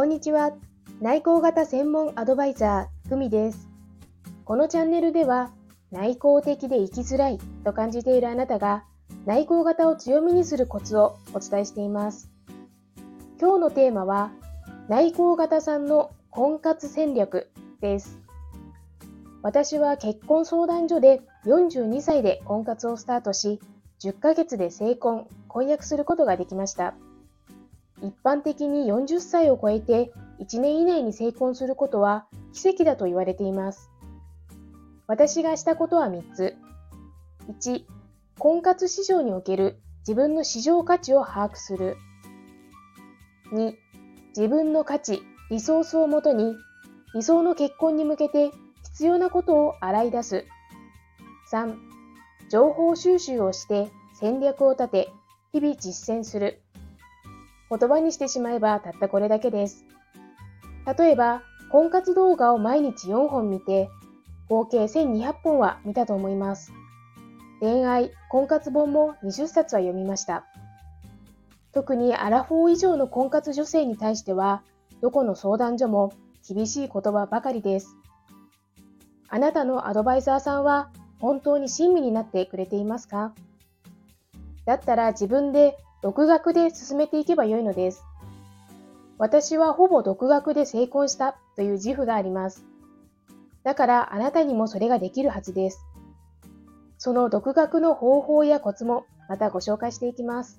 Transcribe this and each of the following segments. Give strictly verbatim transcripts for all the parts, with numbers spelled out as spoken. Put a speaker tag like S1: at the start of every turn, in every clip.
S1: こんにちは。内向型専門アドバイザー、ふみです。このチャンネルでは、内向的で生きづらいと感じているあなたが、内向型を強みにするコツをお伝えしています。今日のテーマは、内向型さんの婚活戦略です。私は結婚相談所でよんじゅうにさいで婚活をスタートし、じゅっかげつで成婚、婚約することができました。一般的によんじゅっさいを超えていちねん以内に成婚することは奇跡だと言われています。私がしたことはみっつ。いち、婚活市場における自分の市場価値を把握する。に、自分の価値、リソースをもとに理想の結婚に向けて必要なことを洗い出す。さん、情報収集をして戦略を立て、日々実践する。言葉にしてしまえばたったこれだけです。例えば、婚活動画を毎日よんほん見て、合計せんにひゃっぽんは見たと思います。恋愛、婚活本もにじゅっさつは読みました。特にアラフォー以上の婚活女性に対しては、どこの相談所も厳しい言葉ばかりです。あなたのアドバイザーさんは本当に親身になってくれていますか？だったら自分で独学で進めていけばよいのです。私はほぼ独学で成婚したという自負があります。だからあなたにもそれができるはずです。その独学の方法やコツもまたご紹介していきます。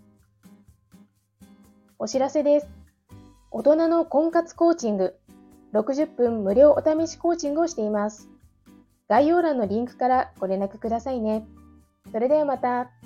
S1: お知らせです。大人の婚活コーチング、ろくじゅっぷん無料お試しコーチングをしています。概要欄のリンクからご連絡くださいね。それではまた。